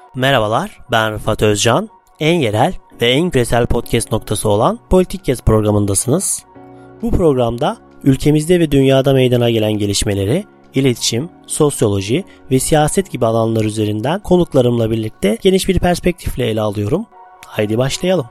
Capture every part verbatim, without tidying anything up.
Merhabalar, ben Rıfat Özcan. En yerel ve en küresel podcast noktası olan Politikcast programındasınız. Bu programda ülkemizde ve dünyada meydana gelen gelişmeleri, iletişim, sosyoloji ve siyaset gibi alanlar üzerinden konuklarımla birlikte geniş bir perspektifle ele alıyorum. Haydi başlayalım.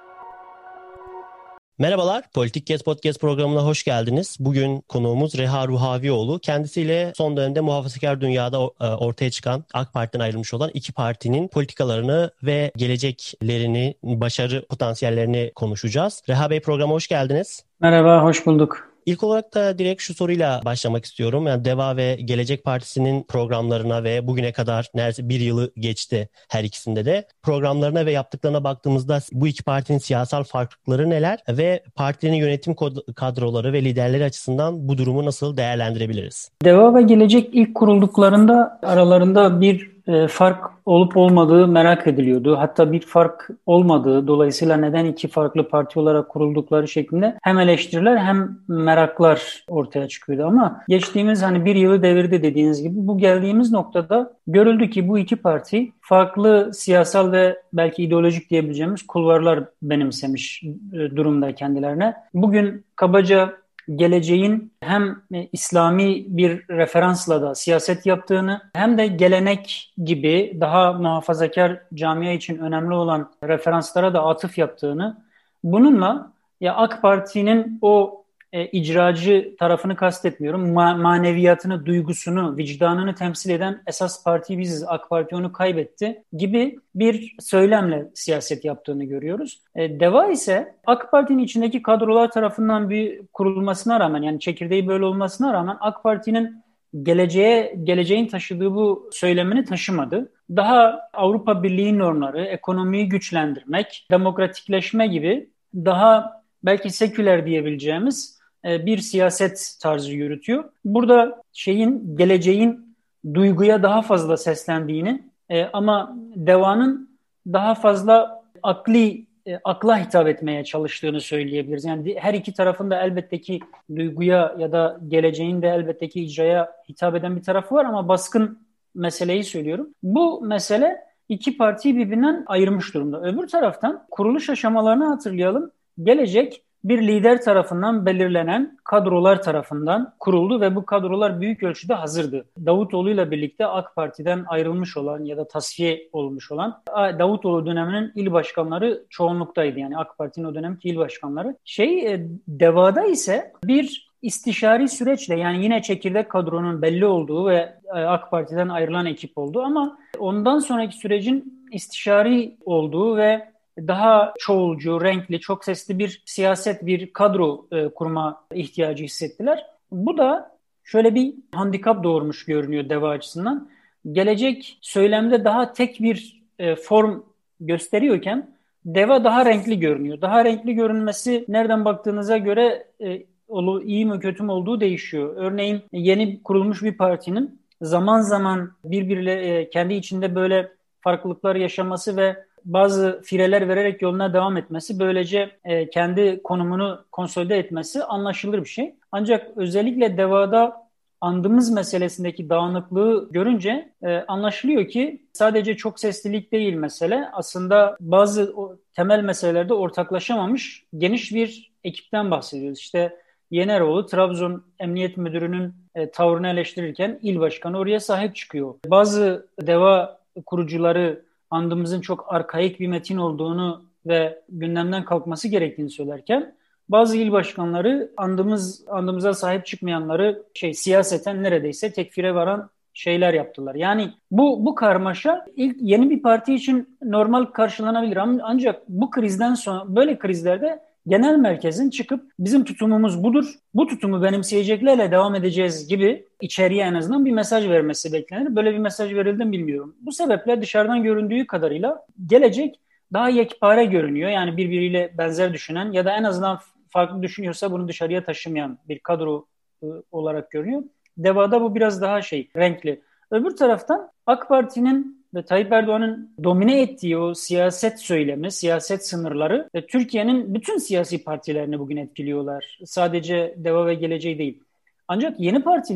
Merhabalar, Politikcast Podcast programına hoş geldiniz. Bugün konuğumuz Reha Ruhavioğlu. Kendisiyle son dönemde muhafazakar dünyada ortaya çıkan, AK Parti'den ayrılmış olan iki partinin politikalarını ve geleceklerini, başarı potansiyellerini konuşacağız. Reha Bey, programa hoş geldiniz. Merhaba, hoş bulduk. İlk olarak da direkt şu soruyla başlamak istiyorum. Yani Deva ve Gelecek Partisi'nin programlarına ve bugüne kadar neredeyse bir yılı geçti her ikisinde de. Programlarına ve yaptıklarına baktığımızda bu iki partinin siyasal farklılıkları neler ve partilerin yönetim kadroları ve liderleri açısından bu durumu nasıl değerlendirebiliriz? Deva ve Gelecek ilk kurulduklarında aralarında bir e, fark olup olmadığı merak ediliyordu. Hatta bir fark olmadığı, dolayısıyla neden iki farklı parti olarak kuruldukları şeklinde hem eleştiriler hem meraklar ortaya çıkıyordu. Ama geçtiğimiz hani bir yılı devirdi dediğiniz gibi bu geldiğimiz noktada görüldü ki bu iki parti farklı siyasal ve belki ideolojik diyebileceğimiz kulvarlar benimsemiş e, durumda kendilerine. Bugün kabaca geleceğin hem İslami bir referansla da siyaset yaptığını hem de gelenek gibi daha muhafazakar camia için önemli olan referanslara da atıf yaptığını, bununla ya AK Parti'nin o e, icracı tarafını kastetmiyorum, ma- maneviyatını, duygusunu, vicdanını temsil eden esas parti biziz, AK Parti onu kaybetti gibi bir söylemle siyaset yaptığını görüyoruz. E, Deva ise AK Parti'nin içindeki kadrolar tarafından bir kurulmasına rağmen, yani çekirdeği böyle olmasına rağmen AK Parti'nin geleceğe geleceğin taşıdığı bu söylemini taşımadı. Daha Avrupa Birliği normları, ekonomiyi güçlendirmek, demokratikleşme gibi daha belki seküler diyebileceğimiz bir siyaset tarzı yürütüyor. Burada şeyin, geleceğin duyguya daha fazla seslendiğini e, ama Deva'nın daha fazla akli, e, akla hitap etmeye çalıştığını söyleyebiliriz. Yani her iki tarafın da elbette ki duyguya ya da geleceğin de elbette ki icraya hitap eden bir tarafı var ama baskın meseleyi söylüyorum. Bu mesele iki partiyi birbirinden ayırmış durumda. Öbür taraftan kuruluş aşamalarını hatırlayalım. Gelecek bir lider tarafından belirlenen kadrolar tarafından kuruldu ve bu kadrolar büyük ölçüde hazırdı. Davutoğlu ile birlikte AK Parti'den ayrılmış olan ya da tasfiye olmuş olan Davutoğlu döneminin il başkanları çoğunluktaydı. Yani AK Parti'nin o dönemki il başkanları. Şey, Deva'da ise bir istişari süreçle, yani yine çekirdek kadronun belli olduğu ve AK Parti'den ayrılan ekip oldu ama ondan sonraki sürecin istişari olduğu ve daha çoğulcu, renkli, çok sesli bir siyaset, bir kadro e, kurma ihtiyacı hissettiler. Bu da şöyle bir handikap doğurmuş görünüyor Deva açısından. Gelecek söylemde daha tek bir e, form gösteriyorken Deva daha renkli görünüyor. Daha renkli görünmesi nereden baktığınıza göre e, iyi mi kötü mü olduğu değişiyor. Örneğin yeni kurulmuş bir partinin zaman zaman birbiriyle e, kendi içinde böyle farklılıklar yaşaması ve bazı fireler vererek yoluna devam etmesi, böylece e, kendi konumunu konsolide etmesi anlaşılır bir şey. Ancak özellikle Deva'da andımız meselesindeki dağınıklığı görünce e, anlaşılıyor ki sadece çok seslilik değil mesele. Aslında bazı o, temel meselelerde ortaklaşamamış geniş bir ekipten bahsediyoruz. İşte Yeneroğlu Trabzon Emniyet Müdürü'nün e, tavrını eleştirirken il başkanı oraya sahip çıkıyor. Bazı Deva kurucuları andımızın çok arkaik bir metin olduğunu ve gündemden kalkması gerektiğini söylerken bazı il başkanları andımız andımıza sahip çıkmayanları şey siyaseten neredeyse tekfire varan şeyler yaptılar. Yani bu bu karmaşa ilk yeni bir parti için normal karşılanabilir ama ancak bu krizden sonra böyle krizlerde genel merkezin çıkıp bizim tutumumuz budur, bu tutumu benimseyeceklerle devam edeceğiz gibi içeriye en azından bir mesaj vermesi beklenir. Böyle bir mesaj verildi mi bilmiyorum. Bu sebeple dışarıdan göründüğü kadarıyla Gelecek daha yekpare görünüyor. Yani birbiriyle benzer düşünen ya da en azından farklı düşünüyorsa bunu dışarıya taşımayan bir kadro olarak görünüyor. Deva'da bu biraz daha şey, renkli. Öbür taraftan AK Parti'nin ve Tayyip Erdoğan'ın domine ettiği o siyaset söylemi, siyaset sınırları ve Türkiye'nin bütün siyasi partilerini bugün etkiliyorlar. Sadece Deva ve Geleceği değil. Ancak yeni partiler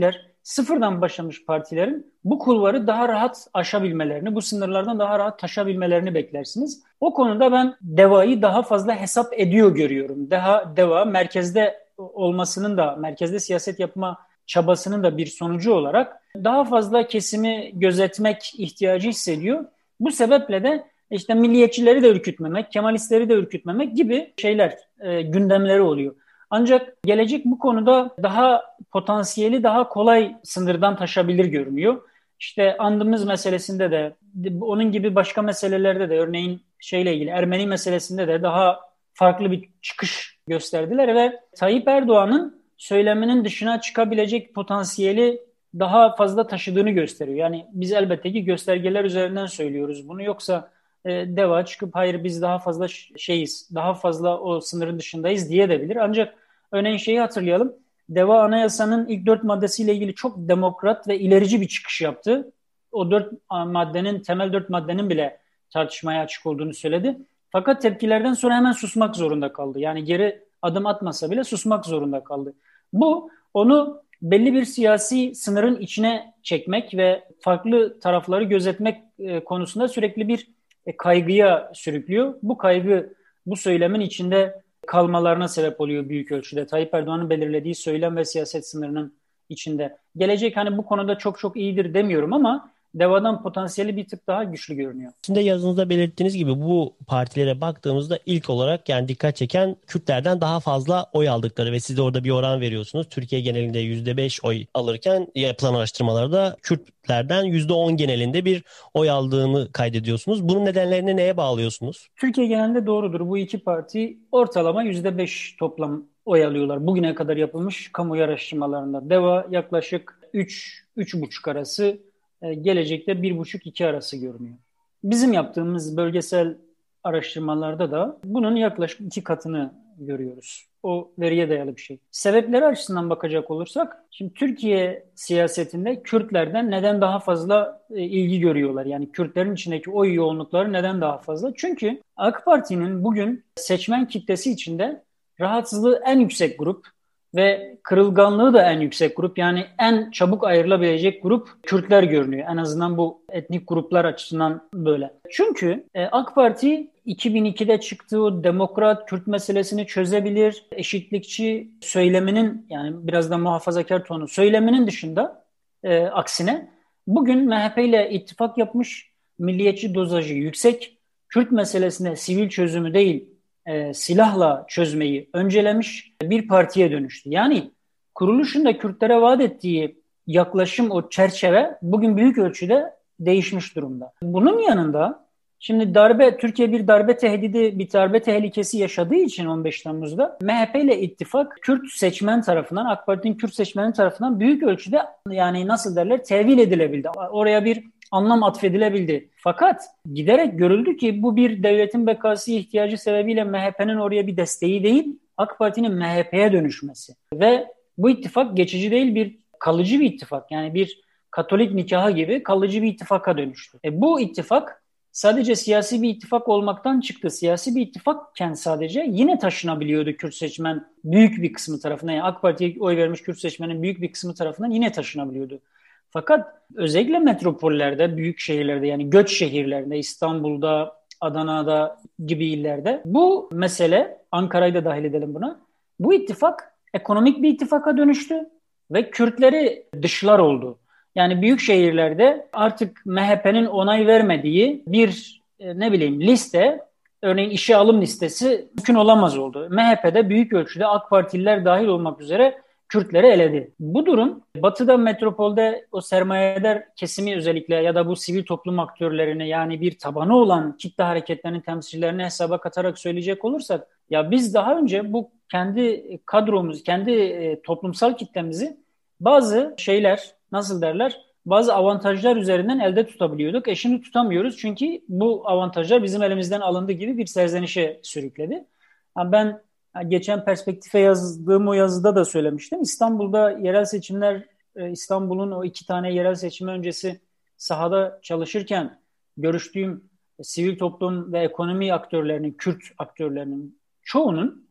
sıfırdan başlamış partilerin bu kulvarı daha rahat aşabilmelerini, bu sınırlardan daha rahat taşabilmelerini beklersiniz. O konuda ben DEVA'yı daha fazla hesap ediyor görüyorum. Daha DEVA merkezde olmasının da, merkezde siyaset yapma çabasının da bir sonucu olarak daha fazla kesimi gözetmek ihtiyacı hissediyor. Bu sebeple de işte milliyetçileri de ürkütmemek, Kemalistleri de ürkütmemek gibi şeyler, e, gündemleri oluyor. Ancak gelecek bu konuda daha potansiyeli daha kolay sınırdan taşabilir görünüyor. İşte andımız meselesinde de, onun gibi başka meselelerde de, örneğin şeyle ilgili Ermeni meselesinde de daha farklı bir çıkış gösterdiler ve Tayyip Erdoğan'ın söyleminin dışına çıkabilecek potansiyeli daha fazla taşıdığını gösteriyor. Yani biz elbette ki göstergeler üzerinden söylüyoruz bunu. Yoksa e, DEVA çıkıp hayır biz daha fazla şeyiz, daha fazla o sınırın dışındayız diyebilir. Ancak örneğin şeyi hatırlayalım. DEVA Anayasa'nın ilk dört maddesiyle ilgili çok demokrat ve ilerici bir çıkış yaptı. O dört maddenin, temel dört maddenin bile tartışmaya açık olduğunu söyledi. Fakat tepkilerden sonra hemen susmak zorunda kaldı. Yani geri adım atmasa bile susmak zorunda kaldı. Bu onu belli bir siyasi sınırın içine çekmek ve farklı tarafları gözetmek e, konusunda sürekli bir e, kaygıya sürüklüyor. Bu kaygı bu söylemin içinde kalmalarına sebep oluyor büyük ölçüde. Tayyip Erdoğan'ın belirlediği söylem ve siyaset sınırının içinde. Gelecek hani bu konuda çok çok iyidir demiyorum ama DEVA'dan potansiyeli bir tık daha güçlü görünüyor. Şimdi yazınızda belirttiğiniz gibi bu partilere baktığımızda ilk olarak yani dikkat çeken Kürtlerden daha fazla oy aldıkları ve siz de orada bir oran veriyorsunuz. Türkiye genelinde yüzde beş oy alırken yapılan araştırmalarda Kürtlerden yüzde on genelinde bir oy aldığını kaydediyorsunuz. Bunun nedenlerini neye bağlıyorsunuz? Türkiye genelinde doğrudur. Bu iki parti ortalama yüzde beş toplam oy alıyorlar. Bugüne kadar yapılmış kamuoyu araştırmalarında. DEVA yaklaşık üç üç buçuk arası, gelecekte bir buçuk iki arası görünüyor. Bizim yaptığımız bölgesel araştırmalarda da bunun yaklaşık iki katını görüyoruz. O veriye dayalı bir şey. Sebepleri açısından bakacak olursak, şimdi Türkiye siyasetinde Kürtlerden neden daha fazla e, ilgi görüyorlar? Yani Kürtlerin içindeki oy yoğunlukları neden daha fazla? Çünkü AK Parti'nin bugün seçmen kitlesi içinde rahatsızlığı en yüksek grup ve kırılganlığı da en yüksek grup, yani en çabuk ayrılabilecek grup Kürtler görünüyor. En azından bu etnik gruplar açısından böyle. Çünkü e, AK Parti iki bin ikide çıktığı o demokrat Kürt meselesini çözebilir, eşitlikçi söyleminin, yani biraz da muhafazakar tonu söyleminin dışında e, aksine bugün M H P ile ittifak yapmış, milliyetçi dozajı yüksek, Kürt meselesine sivil çözümü değil e, silahla çözmeyi öncelemiş bir partiye dönüştü. Yani kuruluşunda Kürtlere vaat ettiği yaklaşım, o çerçeve bugün büyük ölçüde değişmiş durumda. Bunun yanında şimdi darbe, Türkiye bir darbe tehdidi, bir darbe tehlikesi yaşadığı için on beş Temmuz'da M H P ile ittifak Kürt seçmen tarafından, AK Parti'nin Kürt seçmeni tarafından büyük ölçüde, yani nasıl derler, tevil edilebildi. Oraya bir anlam atfedilebildi. Fakat giderek görüldü ki bu bir devletin bekası ihtiyacı sebebiyle M H P'nin oraya bir desteği değil, AK Parti'nin M H P'ye dönüşmesi. Ve bu ittifak geçici değil, bir kalıcı bir ittifak. Yani bir Katolik nikahı gibi kalıcı bir ittifaka dönüştü. E bu ittifak sadece siyasi bir ittifak olmaktan çıktı. Siyasi bir ittifakken sadece yine taşınabiliyordu Kürt seçmen büyük bir kısmı tarafından. Yani AK Parti'ye oy vermiş Kürt seçmenin büyük bir kısmı tarafından yine taşınabiliyordu. Fakat özellikle metropollerde, büyük şehirlerde, yani göç şehirlerinde, İstanbul'da, Adana'da gibi illerde bu mesele, Ankara'yı da dahil edelim buna, bu ittifak ekonomik bir ittifaka dönüştü ve Kürtleri dışlar oldu. Yani büyük şehirlerde artık M H P'nin onay vermediği bir e, ne bileyim liste, örneğin işe alım listesi mümkün olamaz oldu. M H P'de büyük ölçüde AK Partililer dahil olmak üzere Kürtleri eledi. Bu durum Batı'da, metropolde o sermayedar kesimi özellikle ya da bu sivil toplum aktörlerini, yani bir tabanı olan kitle hareketlerinin temsilcilerini hesaba katarak söyleyecek olursak, ya biz daha önce bu kendi kadromuz, kendi e, toplumsal kitlemizi bazı şeyler, nasıl derler, bazı avantajlar üzerinden elde tutabiliyorduk. E şimdi tutamıyoruz çünkü bu avantajlar bizim elimizden alındı gibi bir serzenişe sürükledi. Yani ben geçen Perspektif'e yazdığım o yazıda da söylemiştim. İstanbul'da yerel seçimler, İstanbul'un o iki tane yerel seçimi öncesi sahada çalışırken görüştüğüm sivil toplum ve ekonomi aktörlerinin, Kürt aktörlerinin çoğunun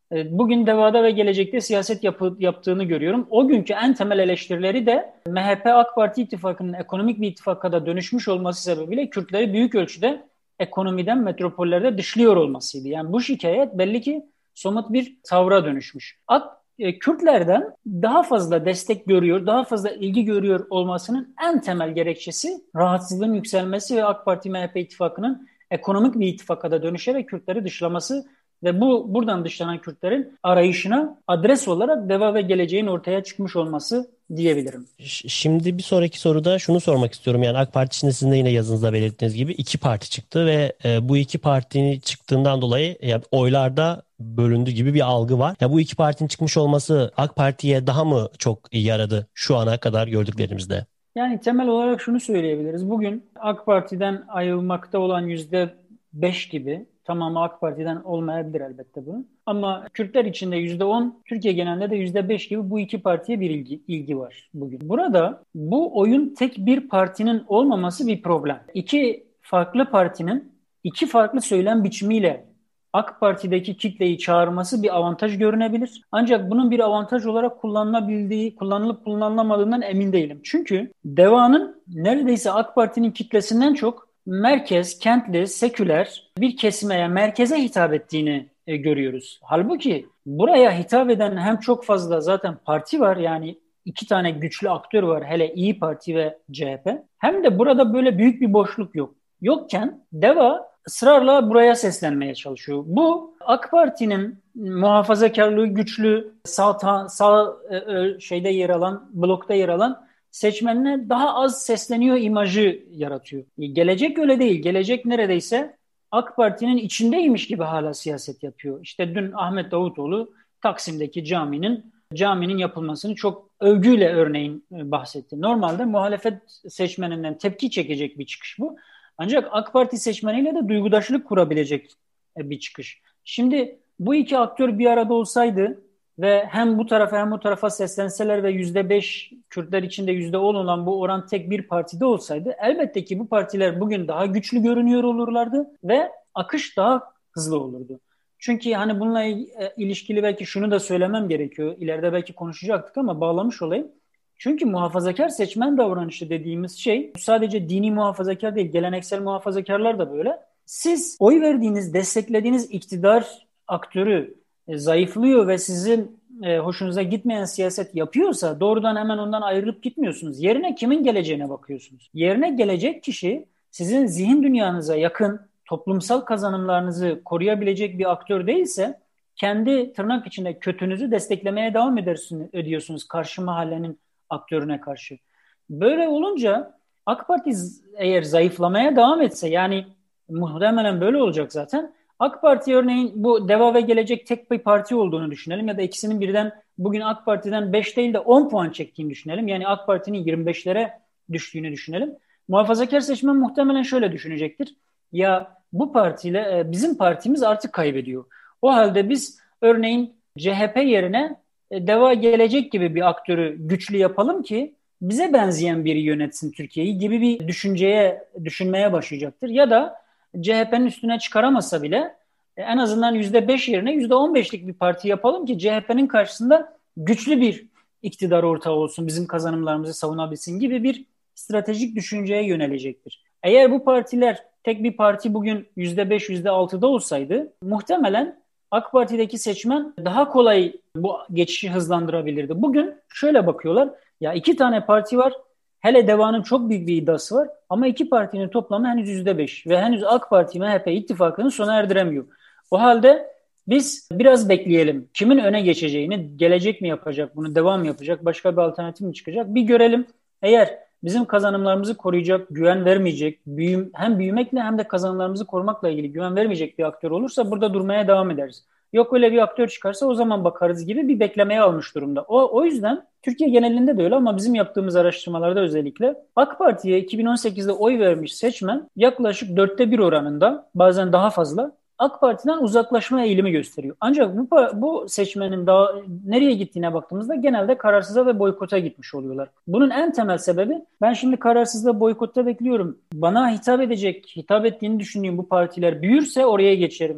Bugün DEVA'da ve Gelecek'te siyaset yapı, yaptığını görüyorum. O günkü en temel eleştirileri de M H P-AK Parti ittifakının ekonomik bir ittifaka da dönüşmüş olması sebebiyle Kürtleri büyük ölçüde ekonomiden metropollerde dışlıyor olmasıydı. Yani bu şikayet belli ki somut bir tavra dönüşmüş. AK, e, Kürtlerden daha fazla destek görüyor, daha fazla ilgi görüyor olmasının en temel gerekçesi rahatsızlığın yükselmesi ve AK Parti-M H P ittifakının ekonomik bir ittifaka da dönüşerek Kürtleri dışlaması ve bu buradan dışlanan Kürtlerin arayışına adres olarak DEVA ve Geleceğin ortaya çıkmış olması diyebilirim. Şimdi bir sonraki soruda şunu sormak istiyorum. Yani AK Parti içinde sizin de yine yazınızda belirttiğiniz gibi iki parti çıktı ve e, bu iki partinin çıktığından dolayı yani oylarda bölündü gibi bir algı var. Ya bu iki partinin çıkmış olması AK Parti'ye daha mı çok yaradı şu ana kadar gördüklerimizde? Yani temel olarak şunu söyleyebiliriz. Bugün AK Parti'den ayrılmakta olan yüzde beş gibi, tamamı AK Parti'den olmayabilir elbette bunun. Ama Kürtler içinde yüzde on, Türkiye genelinde de yüzde beş gibi bu iki partiye bir ilgi, ilgi var bugün. Burada bu oyun tek bir partinin olmaması bir problem. İki farklı partinin iki farklı söylem biçimiyle AK Parti'deki kitleyi çağırması bir avantaj görünebilir. Ancak bunun bir avantaj olarak kullanılabildiği, kullanılıp kullanılamadığından emin değilim. Çünkü DEVA'nın neredeyse AK Parti'nin kitlesinden çok merkez, kentli, seküler bir kesime, merkeze hitap ettiğini e, görüyoruz. Halbuki buraya hitap eden hem çok fazla zaten parti var, yani iki tane güçlü aktör var, hele İyi Parti ve C H P. Hem de burada böyle büyük bir boşluk yok. Yokken DEVA ısrarla buraya seslenmeye çalışıyor. Bu AK Parti'nin muhafazakarlığı güçlü, sağ, sağ e, e, şeyde yer alan, blokta yer alan seçmenine daha az sesleniyor imajı yaratıyor. Gelecek öyle değil. Gelecek neredeyse AK Parti'nin içindeymiş gibi hala siyaset yapıyor. İşte dün Ahmet Davutoğlu Taksim'deki caminin caminin yapılmasını çok övgüyle örneğin bahsetti. Normalde muhalefet seçmeninden tepki çekecek bir çıkış bu. Ancak AK Parti seçmeniyle de duygudaşlık kurabilecek bir çıkış. Şimdi bu iki aktör bir arada olsaydı ve hem bu tarafa hem bu tarafa seslenseler ve yüzde beş Kürtler içinde yüzde on olan bu oran tek bir partide olsaydı elbette ki bu partiler bugün daha güçlü görünüyor olurlardı ve akış daha hızlı olurdu. Çünkü hani bununla ilişkili belki şunu da söylemem gerekiyor. İleride belki konuşacaktık ama bağlamış olayım. Çünkü muhafazakar seçmen davranışı dediğimiz şey sadece dini muhafazakar değil, geleneksel muhafazakarlar da böyle. Siz oy verdiğiniz, desteklediğiniz iktidar aktörü e, zayıflıyor ve sizin e, hoşunuza gitmeyen siyaset yapıyorsa doğrudan hemen ondan ayrılıp gitmiyorsunuz. Yerine kimin geleceğine bakıyorsunuz. Yerine gelecek kişi sizin zihin dünyanıza yakın, toplumsal kazanımlarınızı koruyabilecek bir aktör değilse kendi tırnak içinde kötünüzü desteklemeye devam edersiniz, ediyorsunuz karşı mahallenin aktörüne karşı. Böyle olunca AK Parti eğer zayıflamaya devam etse, yani muhtemelen böyle olacak zaten. AK Parti örneğin bu DEVA ve Gelecek tek bir parti olduğunu düşünelim ya da ikisinin birden bugün AK Parti'den beş değil de on puan çektiğini düşünelim. Yani AK Parti'nin yirmi beşlere düştüğünü düşünelim. Muhafazakar seçmen muhtemelen şöyle düşünecektir. Ya bu partiyle bizim partimiz artık kaybediyor. O halde biz örneğin C H P yerine DEVA Gelecek gibi bir aktörü güçlü yapalım ki bize benzeyen biri yönetsin Türkiye'yi gibi bir düşünceye, düşünmeye başlayacaktır. Ya da C H P'nin üstüne çıkaramasa bile en azından yüzde beş yerine yüzde on beşlik bir parti yapalım ki C H P'nin karşısında güçlü bir iktidar ortağı olsun, bizim kazanımlarımızı savunabilsin gibi bir stratejik düşünceye yönelecektir. Eğer bu partiler tek bir parti bugün yüzde beş, yüzde altıda olsaydı muhtemelen AK Parti'deki seçmen daha kolay bu geçişi hızlandırabilirdi. Bugün şöyle bakıyorlar, ya iki tane parti var, hele DEVA'nın çok büyük bir iddiası var ama iki partinin toplamı henüz yüzde beş ve henüz AK Parti M H P ittifakını sona erdiremiyor. O halde biz biraz bekleyelim. Kimin öne geçeceğini, gelecek mi yapacak bunu, devam mı yapacak, başka bir alternatif mi çıkacak bir görelim. Eğer bizim kazanımlarımızı koruyacak, güven vermeyecek, büyüm, hem büyümekle hem de kazanımlarımızı korumakla ilgili güven vermeyecek bir aktör olursa burada durmaya devam ederiz. Yok öyle bir aktör çıkarsa o zaman bakarız gibi bir beklemeye almış durumda. O, o yüzden Türkiye genelinde de öyle ama bizim yaptığımız araştırmalarda özellikle AK Parti'ye iki bin on sekizde oy vermiş seçmen yaklaşık dörtte bir oranında, bazen daha fazla AK Parti'den uzaklaşma eğilimi gösteriyor. Ancak bu, bu seçmenin daha nereye gittiğine baktığımızda genelde kararsıza ve boykota gitmiş oluyorlar. Bunun en temel sebebi, ben şimdi kararsızda boykotta bekliyorum. Bana hitap edecek, hitap ettiğini düşündüğüm bu partiler büyürse oraya geçerim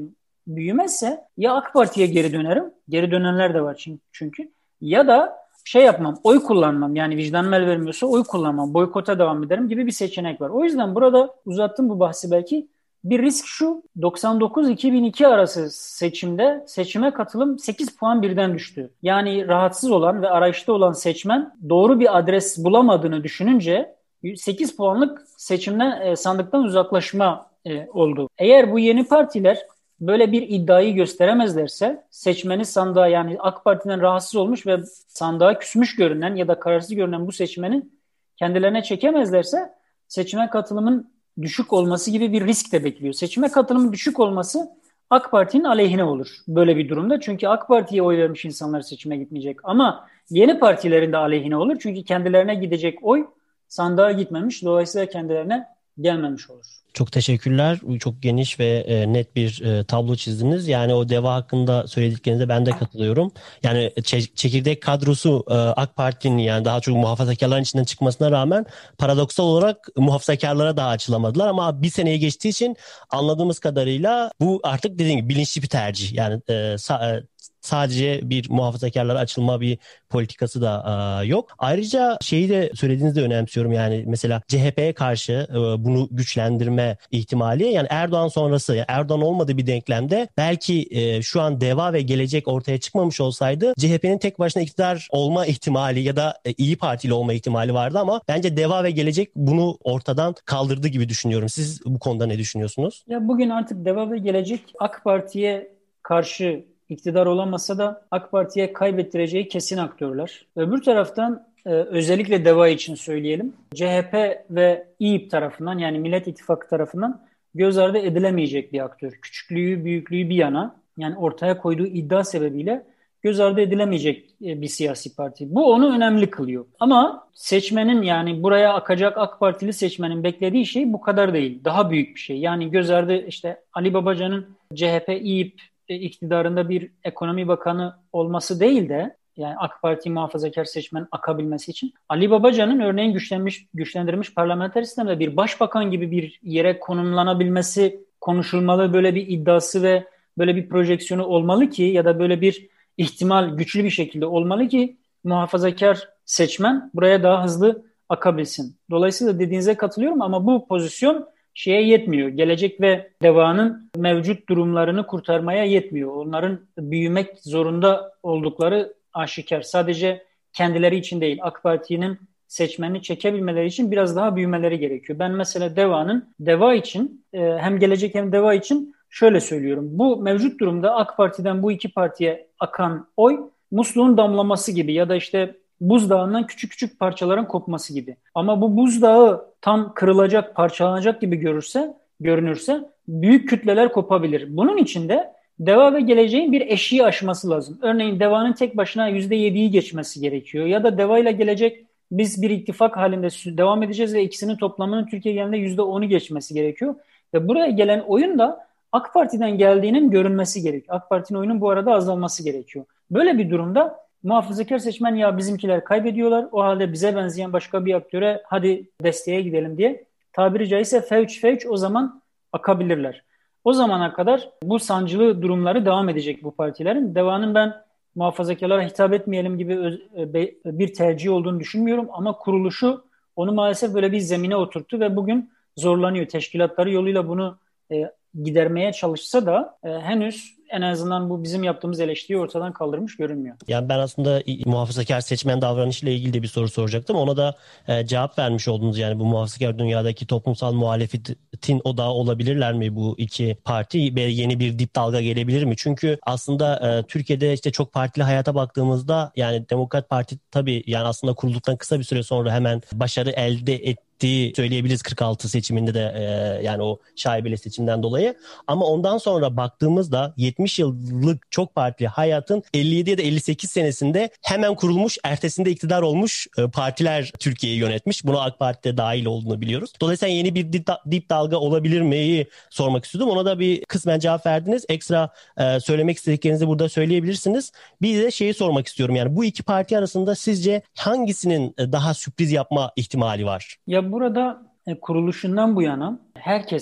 büyümezse ya AK Parti'ye geri dönerim. Geri dönenler de var çünkü. Ya da şey yapmam, oy kullanmam. Yani vicdanım el vermiyorsa oy kullanmam, boykota devam ederim gibi bir seçenek var. O yüzden burada uzattım bu bahsi belki. Bir risk şu, doksan dokuz iki bin iki arası seçimde seçime katılım sekiz puan birden düştü. Yani rahatsız olan ve arayışta olan seçmen doğru bir adres bulamadığını düşününce sekiz puanlık seçimden, e, sandıktan uzaklaşma e, oldu. Eğer bu yeni partiler böyle bir iddiayı gösteremezlerse seçmeni sandığa, yani AK Parti'den rahatsız olmuş ve sandığa küsmüş görünen ya da kararsız görünen bu seçmeni kendilerine çekemezlerse seçime katılımın düşük olması gibi bir risk de bekliyor. Seçime katılımın düşük olması AK Parti'nin aleyhine olur böyle bir durumda. Çünkü AK Parti'ye oy vermiş insanlar seçime gitmeyecek. Ama yeni partilerin de aleyhine olur. Çünkü kendilerine gidecek oy sandığa gitmemiş. Dolayısıyla kendilerine gelmemiş olur. Çok teşekkürler. Çok geniş ve e, net bir e, tablo çizdiniz. Yani o DEVA hakkında söylediklerinize ben de katılıyorum. Yani çe- çekirdek kadrosu e, AK Parti'nin, yani daha çok muhafazakarların içinden çıkmasına rağmen paradoksal olarak muhafazakarlara daha açılamadılar. Ama bir seneye geçtiği için anladığımız kadarıyla bu artık dediğim gibi bilinçli bir tercih. Yani e, sa- e, sadece bir muhafazakarlara açılma bir politikası da e, yok. Ayrıca şeyi de söylediğinizde önemsiyorum. Yani mesela C H P'ye karşı e, bunu güçlendirme ihtimali, yani Erdoğan sonrası, yani Erdoğan olmadığı bir denklemde belki e, şu an DEVA ve Gelecek ortaya çıkmamış olsaydı C H P'nin tek başına iktidar olma ihtimali ya da e, İyi Partili olma ihtimali vardı ama bence DEVA ve Gelecek bunu ortadan kaldırdı gibi düşünüyorum. Siz bu konuda ne düşünüyorsunuz? Ya bugün artık DEVA ve Gelecek AK Parti'ye karşı iktidar olamasa da AK Parti'ye kaybettireceği kesin aktörler. Öbür taraftan e, özellikle DEVA için söyleyelim. C H P ve İYİP tarafından, yani Millet İttifakı tarafından göz ardı edilemeyecek bir aktör. Küçüklüğü, büyüklüğü bir yana, yani ortaya koyduğu iddia sebebiyle göz ardı edilemeyecek bir siyasi parti. Bu onu önemli kılıyor. Ama seçmenin, yani buraya akacak AK Partili seçmenin beklediği şey bu kadar değil. Daha büyük bir şey. Yani göz ardı işte Ali Babacan'ın C H P, İYİP iktidarında bir ekonomi bakanı olması değil de, yani AK Parti muhafazakar seçmen akabilmesi için Ali Babacan'ın örneğin güçlenmiş, güçlendirilmiş parlamenter sistemde bir başbakan gibi bir yere konumlanabilmesi konuşulmalı. Böyle bir iddiası ve böyle bir projeksiyonu olmalı ki, ya da böyle bir ihtimal güçlü bir şekilde olmalı ki muhafazakar seçmen buraya daha hızlı akabilsin. Dolayısıyla dediğinize katılıyorum ama bu pozisyon şeye yetmiyor. Gelecek ve DEVA'nın mevcut durumlarını kurtarmaya yetmiyor. Onların büyümek zorunda oldukları aşikar. Sadece kendileri için değil, AK Parti'nin seçmenini çekebilmeleri için biraz daha büyümeleri gerekiyor. Ben mesela DEVA'nın DEVA için e, hem Gelecek hem DEVA için şöyle söylüyorum. Bu mevcut durumda AK Parti'den bu iki partiye akan oy musluğun damlaması gibi ya da işte buzdağından küçük küçük parçaların kopması gibi. Ama bu buzdağı tam kırılacak, parçalanacak gibi görürse, görünürse büyük kütleler kopabilir. Bunun için de DEVA ve Geleceğin bir eşiği aşması lazım. Örneğin DEVA'nın tek başına yüzde yediyi geçmesi gerekiyor. Ya da DEVA ile Gelecek biz bir ittifak halinde devam edeceğiz ve ikisinin toplamının Türkiye genelinde yüzde onu geçmesi gerekiyor. Ve buraya gelen oyun da AK Parti'den geldiğinin görünmesi gerekiyor. AK Parti'nin oyunun bu arada azalması gerekiyor. Böyle bir durumda muhafazakar seçmen, ya bizimkiler kaybediyorlar, o halde bize benzeyen başka bir aktöre hadi desteğe gidelim diye tabiri caizse fevç fevç o zaman akabilirler. O zamana kadar bu sancılı durumları devam edecek bu partilerin. DEVA'nın ben muhafazakarlara hitap etmeyelim gibi bir tercih olduğunu düşünmüyorum ama kuruluşu onu maalesef böyle bir zemine oturttu ve bugün zorlanıyor. Teşkilatları yoluyla bunu e, gidermeye çalışsa da e, henüz en azından bu bizim yaptığımız eleştiriyi ortadan kaldırmış görünmüyor. Yani ben aslında muhafazakar seçmen davranışıyla ilgili de bir soru soracaktım. Ona da e, cevap vermiş oldunuz. Yani bu muhafazakar dünyadaki toplumsal muhalefetin odağı olabilirler mi bu iki parti ve yeni bir dip dalga gelebilir mi? Çünkü aslında e, Türkiye'de işte çok partili hayata baktığımızda, yani Demokrat Parti tabii yani aslında kurulduktan kısa bir süre sonra hemen başarı elde etti söyleyebiliriz kırk altı seçiminde de e, yani o şaibeli seçimden dolayı. Ama ondan sonra baktığımızda yetmiş yıllık çok partili hayatın elli yedi ya da elli sekiz senesinde hemen kurulmuş, ertesinde iktidar olmuş e, partiler Türkiye'yi yönetmiş. Buna AK Parti'de dahil olduğunu biliyoruz. Dolayısıyla yeni bir dip, dip dalga olabilir miyi sormak istiyordum. Ona da bir kısmen cevap verdiniz. Ekstra e, söylemek istediklerinizi burada söyleyebilirsiniz. Bir de şeyi sormak istiyorum. Yani bu iki parti arasında sizce hangisinin daha sürpriz yapma ihtimali var? Ya burada e, kuruluşundan bu yana herkesin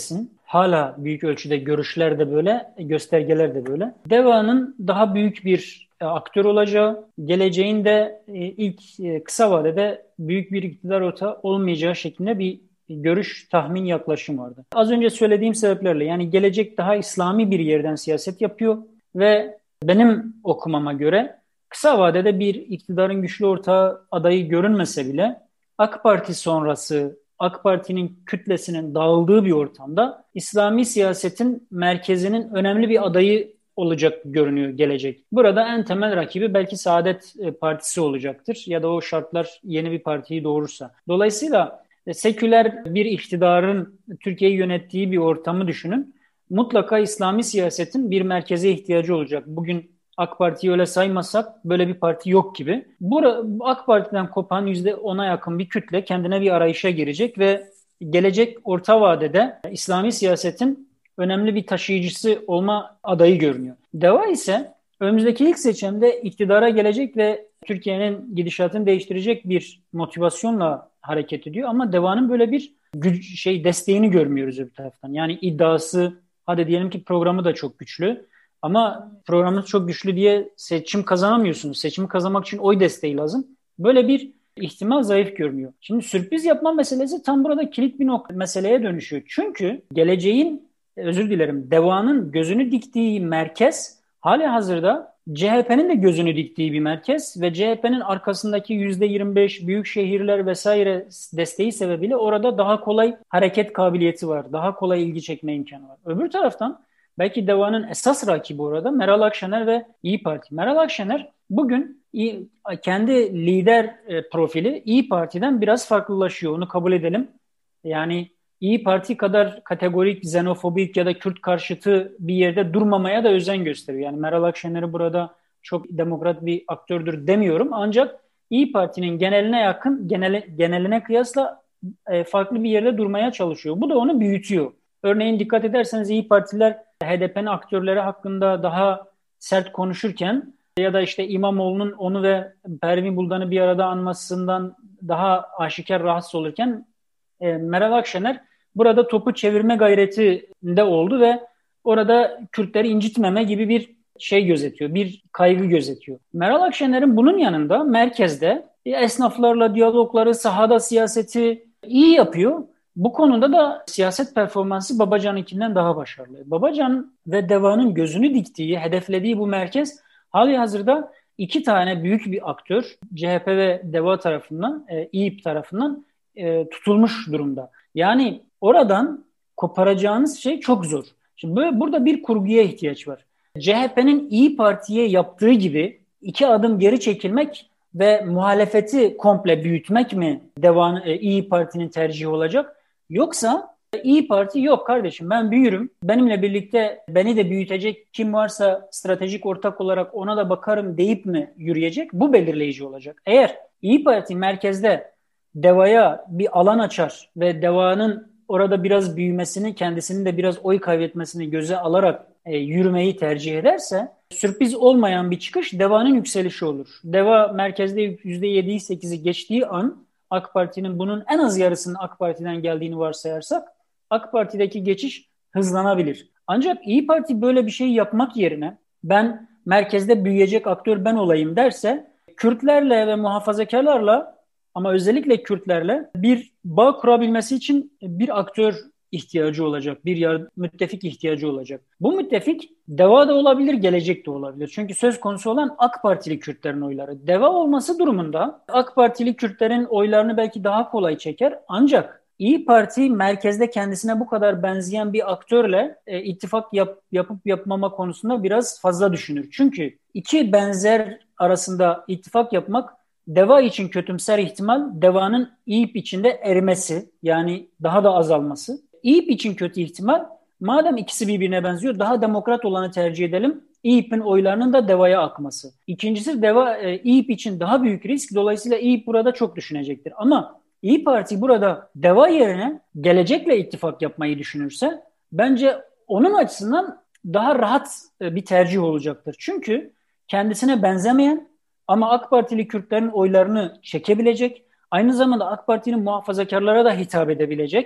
hala büyük ölçüde görüşler de böyle, göstergeler de böyle. DEVA'nın daha büyük bir e, aktör olacağı, geleceğinde e, ilk e, kısa vadede büyük bir iktidar ortağı olmayacağı şeklinde bir görüş, tahmin, yaklaşım vardı. Az önce söylediğim sebeplerle yani gelecek daha İslami bir yerden siyaset yapıyor ve benim okumama göre kısa vadede bir iktidarın güçlü ortağı adayı görünmese bile AK Parti sonrası AK Parti'nin kütlesinin dağıldığı bir ortamda İslami siyasetin merkezinin önemli bir adayı olacak görünüyor gelecek. Burada en temel rakibi belki Saadet Partisi olacaktır ya da o şartlar yeni bir partiyi doğurursa. Dolayısıyla seküler bir iktidarın Türkiye'yi yönettiği bir ortamı düşünün. Mutlaka İslami siyasetin bir merkeze ihtiyacı olacak. Bugün AK Parti'yi öyle saymasak böyle bir parti yok gibi. Bu AK Parti'den kopan yüzde ona yakın bir kütle kendine bir arayışa girecek ve gelecek orta vadede İslami siyasetin önemli bir taşıyıcısı olma adayı görünüyor. DEVA ise önümüzdeki ilk seçimde iktidara gelecek ve Türkiye'nin gidişatını değiştirecek bir motivasyonla hareket ediyor ama DEVA'nın böyle bir güç, şey desteğini görmüyoruz öbür taraftan. Yani iddiası, hadi diyelim ki programı da çok güçlü. Ama programınız çok güçlü diye seçim kazanamıyorsunuz. Seçimi kazanmak için oy desteği lazım. Böyle bir ihtimal zayıf görünüyor. Şimdi sürpriz yapma meselesi tam burada kilit bir nokta meseleye dönüşüyor. Çünkü geleceğin, özür dilerim, DEVA'nın gözünü diktiği merkez hali hazırda C H P'nin de gözünü diktiği bir merkez ve C H P'nin arkasındaki yüzde yirmi beş büyük şehirler vesaire desteği sebebiyle orada daha kolay hareket kabiliyeti var. Daha kolay ilgi çekme imkanı var. Öbür taraftan belki DEVA'nın esas rakibi orada Meral Akşener ve İyi Parti. Meral Akşener bugün kendi lider profili İyi Parti'den biraz farklılaşıyor. Onu kabul edelim. Yani İyi Parti kadar kategorik, xenofobik ya da Kürt karşıtı bir yerde durmamaya da özen gösteriyor. Yani Meral Akşener'i burada çok demokrat bir aktördür demiyorum. Ancak İyi Parti'nin geneline yakın, genel, geneline kıyasla farklı bir yerde durmaya çalışıyor. Bu da onu büyütüyor. Örneğin dikkat ederseniz İyi Partiler H D P'nin aktörleri hakkında daha sert konuşurken ya da işte İmamoğlu'nun onu ve Pervin Buldan'ı bir arada anmasından daha aşikar rahatsız olurken e, Meral Akşener burada topu çevirme gayretinde oldu ve orada Kürtleri incitmeme gibi bir şey gözetiyor, bir kaygı gözetiyor. Meral Akşener'in bunun yanında merkezde esnaflarla diyalogları, sahada siyaseti iyi yapıyor. Bu konuda da siyaset performansı Babacan'ınkinden daha başarılı. Babacan ve DEVA'nın gözünü diktiği, hedeflediği bu merkez hali hazırda iki tane büyük bir aktör C H P ve DEVA tarafından, e, İYİP tarafından e, tutulmuş durumda. Yani oradan koparacağınız şey çok zor. Şimdi böyle, burada bir kurguya ihtiyaç var. C H P'nin İyi Parti'ye yaptığı gibi iki adım geri çekilmek ve muhalefeti komple büyütmek mi DEVA, e, İyi Parti'nin tercihi olacak? Yoksa İyi Parti yok kardeşim ben büyürüm. Benimle birlikte beni de büyütecek kim varsa stratejik ortak olarak ona da bakarım deyip mi yürüyecek? Bu belirleyici olacak. Eğer İyi Parti merkezde DEVA'ya bir alan açar ve DEVA'nın orada biraz büyümesini, kendisinin de biraz oy kaybetmesini göze alarak e, yürümeyi tercih ederse sürpriz olmayan bir çıkış DEVA'nın yükselişi olur. DEVA merkezde yüzde yedi sekizi geçtiği an AK Parti'nin bunun en az yarısının AK Parti'den geldiğini varsayarsak AK Parti'deki geçiş hızlanabilir. Ancak İyi Parti böyle bir şey yapmak yerine ben merkezde büyüyecek aktör ben olayım derse Kürtlerle ve muhafazakarlarla ama özellikle Kürtlerle bir bağ kurabilmesi için bir aktör ihtiyacı olacak, bir yard- müttefik ihtiyacı olacak. Bu müttefik DEVA da olabilir, Gelecek de olabilir. Çünkü söz konusu olan AK Partili Kürtlerin oyları. DEVA olması durumunda AK Partili Kürtlerin oylarını belki daha kolay çeker. Ancak İyi Parti merkezde kendisine bu kadar benzeyen bir aktörle e, ittifak yap, yapıp yapmama konusunda biraz fazla düşünür. Çünkü iki benzer arasında ittifak yapmak DEVA için kötümser ihtimal, DEVA'nın İYİP içinde erimesi yani daha da azalması. İYİP için kötü ihtimal, madem ikisi birbirine benziyor daha demokrat olanı tercih edelim. İYİP'in oylarının da DEVA'ya akması. İkincisi DEVA, e, İYİP için daha büyük risk. Dolayısıyla İYİP burada çok düşünecektir. Ama İyi Parti burada DEVA yerine Gelecek'le ittifak yapmayı düşünürse bence onun açısından daha rahat bir tercih olacaktır. Çünkü kendisine benzemeyen ama AK Partili Kürtlerin oylarını çekebilecek, aynı zamanda AK Parti'nin muhafazakarlara da hitap edebilecek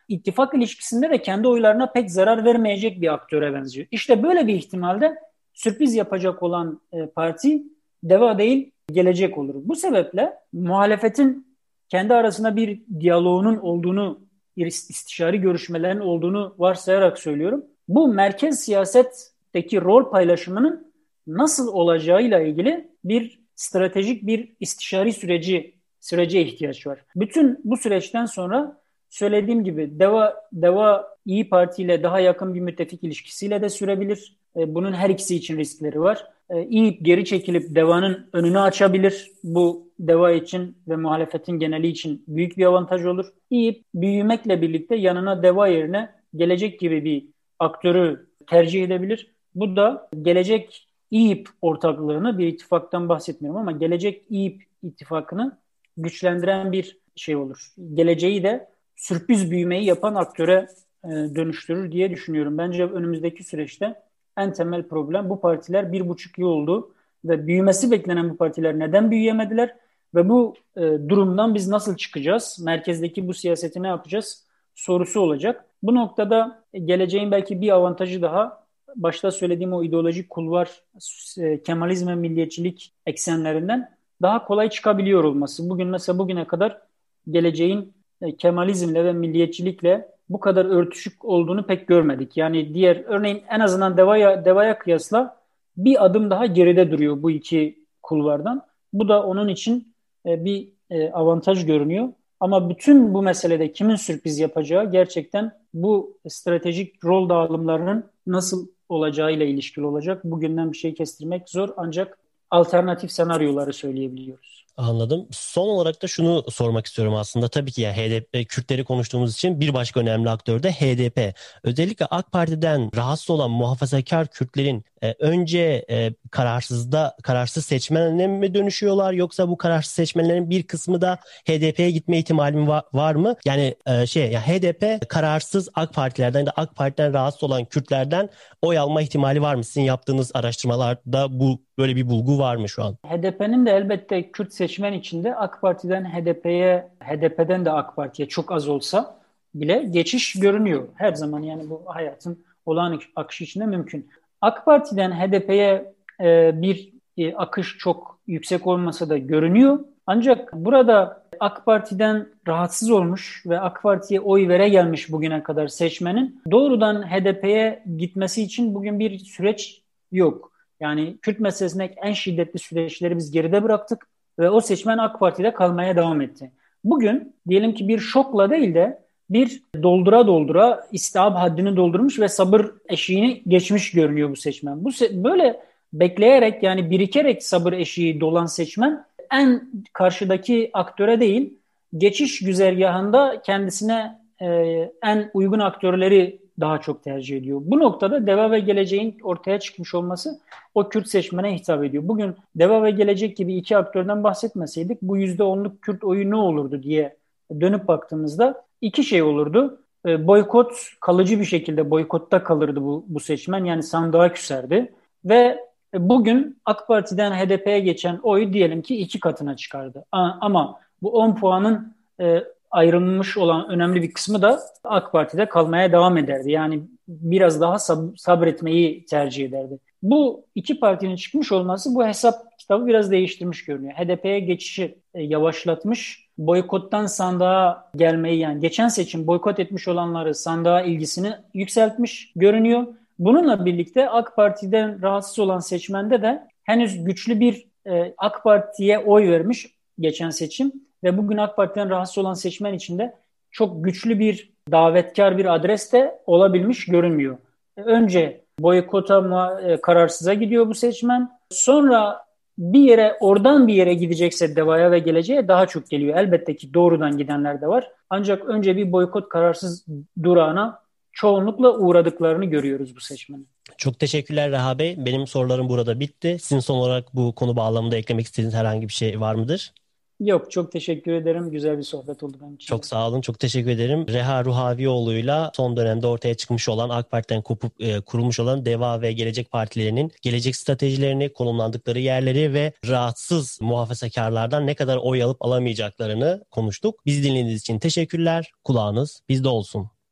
ittifak ilişkisinde de kendi oylarına pek zarar vermeyecek bir aktöre benziyor. İşte böyle bir ihtimalde sürpriz yapacak olan e, parti DEVA değil Gelecek olur. Bu sebeple muhalefetin kendi arasında bir diyaloğunun olduğunu, bir istişari görüşmelerin olduğunu varsayarak söylüyorum. Bu merkez siyasetteki rol paylaşımının nasıl olacağıyla ilgili bir stratejik bir istişari süreci sürece ihtiyaç var. Bütün bu süreçten sonra söylediğim gibi DEVA, DEVA İyi Parti ile daha yakın bir müttefik ilişkisiyle de sürebilir. Bunun her ikisi için riskleri var. İYİP geri çekilip DEVA'nın önünü açabilir. Bu DEVA için ve muhalefetin geneli için büyük bir avantaj olur. İYİP büyümekle birlikte yanına DEVA yerine Gelecek gibi bir aktörü tercih edebilir. Bu da Gelecek İYİP ortaklığını, bir ittifaktan bahsetmiyorum ama Gelecek İYİP ittifakını güçlendiren bir şey olur. Geleceği de sürpriz büyümeyi yapan aktöre e, dönüştürür diye düşünüyorum. Bence önümüzdeki süreçte en temel problem bu partiler bir buçuk yıl oldu ve büyümesi beklenen bu partiler neden büyüyemediler ve bu e, durumdan biz nasıl çıkacağız? Merkezdeki bu siyaseti ne yapacağız? Sorusu olacak. Bu noktada geleceğin belki bir avantajı daha, başta söylediğim o ideolojik kulvar, e, Kemalizm ve milliyetçilik eksenlerinden daha kolay çıkabiliyor olması. Bugün mesela bugüne kadar geleceğin e, Kemalizmle ve milliyetçilikle bu kadar örtüşük olduğunu pek görmedik. Yani diğer örneğin en azından DEVA'ya DEVA'ya kıyasla bir adım daha geride duruyor bu iki kulvardan. Bu da onun için e, bir e, avantaj görünüyor. Ama bütün bu meselede kimin sürpriz yapacağı gerçekten bu stratejik rol dağılımlarının nasıl olacağıyla ilişkili olacak. Bugünden bir şey kestirmek zor ancak alternatif senaryoları söyleyebiliyoruz. Anladım. Son olarak da şunu sormak istiyorum aslında. Tabii ki ya H D P, Kürtleri konuştuğumuz için bir başka önemli aktör de H D P. Özellikle AK Parti'den rahatsız olan muhafazakar Kürtlerin e, önce e, kararsızda kararsız seçmenlerine mi dönüşüyorlar, yoksa bu kararsız seçmenlerin bir kısmı da H D P'ye gitme ihtimali mi var, var mı? Yani e, şey ya H D P kararsız AK Partilerden de AK Parti'den rahatsız olan Kürtlerden oy alma ihtimali var mı? Sizin yaptığınız araştırmalarda bu böyle bir bulgu var mı şu an? H D P'nin de elbette Kürt seçmen içinde AK Parti'den H D P'ye, H D P'den de AK Parti'ye çok az olsa bile geçiş görünüyor. Her zaman yani bu hayatın olağan akışı içinde mümkün. AK Parti'den H D P'ye e, bir e, akış çok yüksek olmasa da görünüyor. Ancak burada AK Parti'den rahatsız olmuş ve AK Parti'ye oy vere gelmiş bugüne kadar seçmenin doğrudan H D P'ye gitmesi için bugün bir süreç yok. Yani Kürt meselesindeki en şiddetli süreçleri biz geride bıraktık ve o seçmen AK Parti'de kalmaya devam etti. Bugün diyelim ki bir şokla değil de bir doldura doldura istihap haddini doldurmuş ve sabır eşiğini geçmiş görünüyor bu seçmen. Bu se- böyle bekleyerek, yani birikerek sabır eşiği dolan seçmen en karşıdaki aktöre değil, geçiş güzergahında kendisine e, en uygun aktörleri daha çok tercih ediyor. Bu noktada DEVA ve Gelecek'in ortaya çıkmış olması o Kürt seçmene hitap ediyor. Bugün DEVA ve Gelecek gibi iki aktörden bahsetmeseydik bu yüzde onluk Kürt oyu ne olurdu diye dönüp baktığımızda iki şey olurdu. E, boykot, kalıcı bir şekilde boykotta kalırdı bu, bu seçmen, yani sandığa küserdi ve bugün AK Parti'den H D P'ye geçen oy diyelim ki iki katına çıkardı. Ama bu on puanın e, ayrılmış olan önemli bir kısmı da AK Parti'de kalmaya devam ederdi. Yani biraz daha sab- sabretmeyi tercih ederdi. Bu iki partinin çıkmış olması bu hesap kitabı biraz değiştirmiş görünüyor. H D P'ye geçişi e, yavaşlatmış, boykottan sandığa gelmeyi, yani geçen seçim boykot etmiş olanları sandığa ilgisini yükseltmiş görünüyor. Bununla birlikte AK Parti'den rahatsız olan seçmende de henüz güçlü bir e, AK Parti'ye oy vermiş geçen seçim ve bugün AK Parti'den rahatsız olan seçmen içinde çok güçlü bir davetkar bir adres de olabilmiş görünmüyor. Önce boykota, e, kararsıza gidiyor bu seçmen. Sonra bir yere, oradan bir yere gidecekse DEVA'ya ve Geleceğe daha çok geliyor. Elbette ki doğrudan gidenler de var. Ancak önce bir boykot, kararsız durağına çoğunlukla uğradıklarını görüyoruz bu seçmenin. Çok teşekkürler Reha Bey. Benim sorularım burada bitti. Sizin son olarak bu konu bağlamında eklemek istediğiniz herhangi bir şey var mıdır? Yok, çok teşekkür ederim. Güzel bir sohbet oldu benim için. Çok sağ olun. Çok teşekkür ederim. Reha Ruhavioğlu'yla son dönemde ortaya çıkmış olan, AK Parti'den kopup e, kurulmuş olan DEVA ve Gelecek partilerinin gelecek stratejilerini, konumlandıkları yerleri ve rahatsız muhafazakarlardan ne kadar oy alıp alamayacaklarını konuştuk. Bizi dinlediğiniz için teşekkürler. Kulağınız bizde olsun.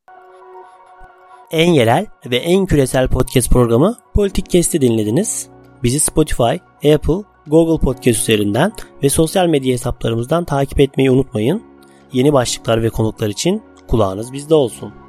en yerel ve en küresel podcast programı Politikcast'i dinlediniz. Bizi Spotify, Apple, Google Podcast üzerinden ve sosyal medya hesaplarımızdan takip etmeyi unutmayın. Yeni başlıklar ve konuklar için kulağınız bizde olsun.